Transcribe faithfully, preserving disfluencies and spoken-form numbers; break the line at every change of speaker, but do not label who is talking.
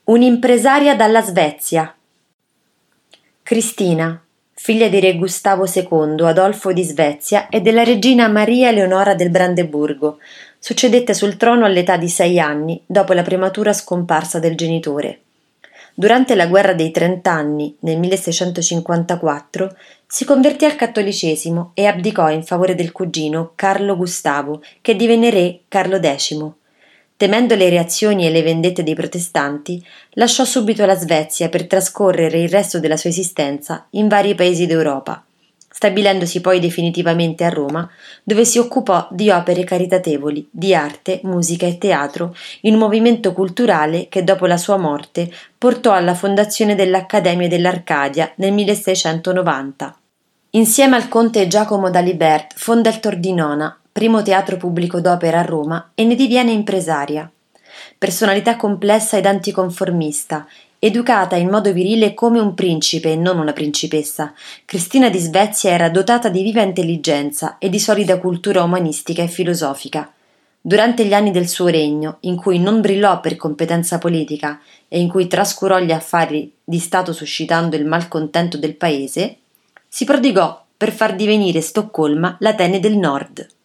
Un'impresaria dalla Svezia. Cristina, figlia di re Gustavo secondo Adolfo di Svezia e della regina Maria Eleonora del Brandeburgo, succedette sul trono all'età di sei anni dopo la prematura scomparsa del genitore. Durante la guerra dei trent'anni, nel milleseicentocinquantaquattro, si convertì al cattolicesimo e abdicò in favore del cugino Carlo Gustavo, che divenne re Carlo decimo. Temendo le reazioni e le vendette dei protestanti, lasciò subito la Svezia per trascorrere il resto della sua esistenza in vari paesi d'Europa, stabilendosi poi definitivamente a Roma, dove si occupò di opere caritatevoli, di arte, musica e teatro, in un movimento culturale che dopo la sua morte portò alla fondazione dell'Accademia dell'Arcadia nel milleseicentonovanta. Insieme al conte Giacomo d'Alibert fonda il Tordinona, primo teatro pubblico d'opera a Roma, e ne diviene impresaria. Personalità complessa ed anticonformista, educata in modo virile come un principe e non una principessa, Cristina di Svezia era dotata di viva intelligenza e di solida cultura umanistica e filosofica. Durante gli anni del suo regno, in cui non brillò per competenza politica e in cui trascurò gli affari di Stato suscitando il malcontento del paese, si prodigò per far divenire Stoccolma l'Atene del Nord.